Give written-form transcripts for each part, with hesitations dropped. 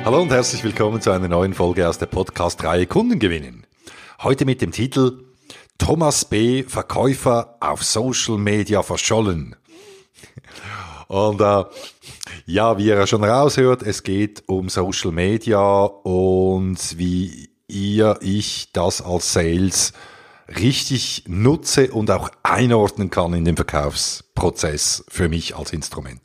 Hallo und herzlich willkommen zu einer neuen Folge aus der Podcast-Reihe Kunden gewinnen. Heute mit dem Titel Thomas B., Verkäufer auf Social Media verschollen. Und ja, wie ihr schon raushört, es geht um Social Media und wie ich das als Sales richtig nutze und auch einordnen kann in den Verkaufsprozess für mich als Instrument.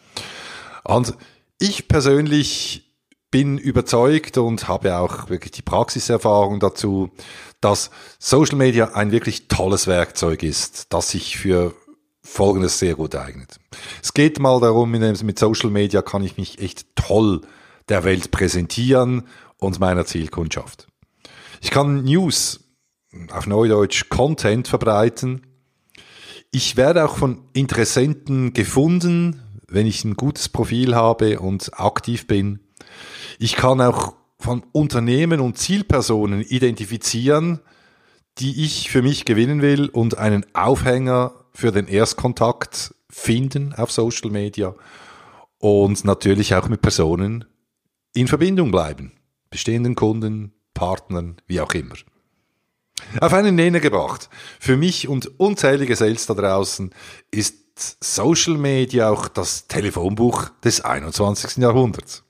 Und ich persönlich bin überzeugt und habe auch wirklich die Praxiserfahrung dazu, dass Social Media ein wirklich tolles Werkzeug ist, das sich für Folgendes sehr gut eignet. Es geht mal darum, mit Social Media kann ich mich echt toll der Welt präsentieren und meiner Zielkundschaft. Ich kann News, auf Neudeutsch Content, verbreiten. Ich werde auch von Interessenten gefunden, wenn ich ein gutes Profil habe und aktiv bin. Ich kann auch von Unternehmen und Zielpersonen identifizieren, die ich für mich gewinnen will und einen Aufhänger für den Erstkontakt finden auf Social Media und natürlich auch mit Personen in Verbindung bleiben. Bestehenden Kunden, Partnern, wie auch immer. Auf einen Nenner gebracht. Für mich und unzählige Sales da draußen ist Social Media auch das Telefonbuch des 21. Jahrhunderts.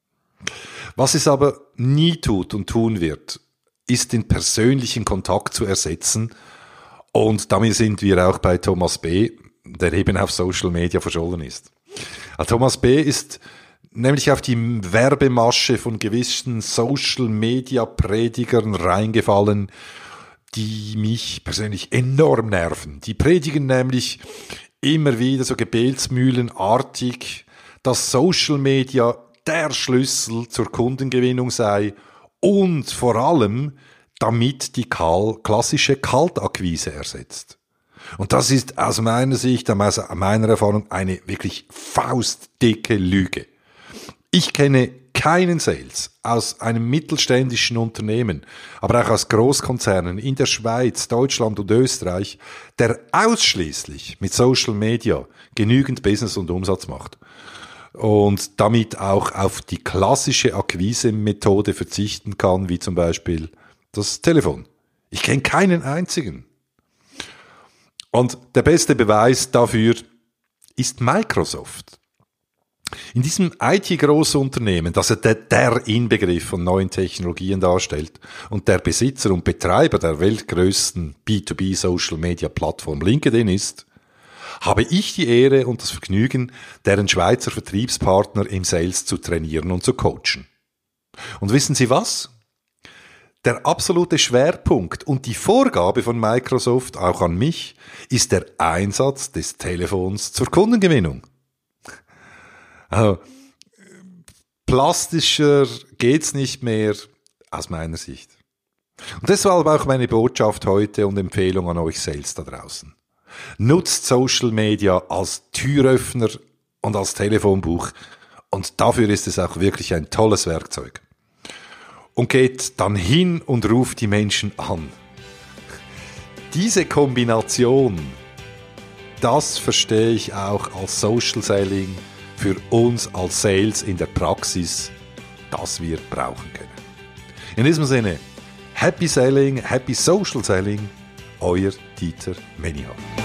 Was es aber nie tut und tun wird, ist den persönlichen Kontakt zu ersetzen. Und damit sind wir auch bei Thomas B., der eben auf Social Media verschollen ist. Thomas B. ist nämlich auf die Werbemasche von gewissen Social Media Predigern reingefallen, die mich persönlich enorm nerven. Die predigen nämlich immer wieder so gebetsmühlenartig, dass Social Media der Schlüssel zur Kundengewinnung sei und vor allem damit die klassische Kaltakquise ersetzt. Und das ist aus meiner Sicht, aus meiner Erfahrung, eine wirklich faustdicke Lüge. Ich kenne keinen Sales aus einem mittelständischen Unternehmen, aber auch aus Großkonzernen in der Schweiz, Deutschland und Österreich, der ausschließlich mit Social Media genügend Business und Umsatz macht und damit auch auf die klassische Akquise-Methode verzichten kann, wie zum Beispiel das Telefon. Ich kenne keinen einzigen. Und der beste Beweis dafür ist Microsoft. In diesem IT-Großunternehmen, das der Inbegriff von neuen Technologien darstellt und der Besitzer und Betreiber der weltgrößten B2B-Social-Media-Plattform LinkedIn ist, habe ich die Ehre und das Vergnügen, deren Schweizer Vertriebspartner im Sales zu trainieren und zu coachen. Und wissen Sie was? Der absolute Schwerpunkt und die Vorgabe von Microsoft, auch an mich, ist der Einsatz des Telefons zur Kundengewinnung. Also, plastischer geht's nicht mehr aus meiner Sicht. Und deshalb auch meine Botschaft heute und Empfehlung an euch Sales da draußen. Nutzt Social Media als Türöffner und als Telefonbuch und dafür ist es auch wirklich ein tolles Werkzeug. Und geht dann hin und ruft die Menschen an. Diese Kombination, das verstehe ich auch als Social Selling für uns als Sales in der Praxis, das wir brauchen können. In diesem Sinne, Happy Selling, Happy Social Selling, euer Dieter Menihan.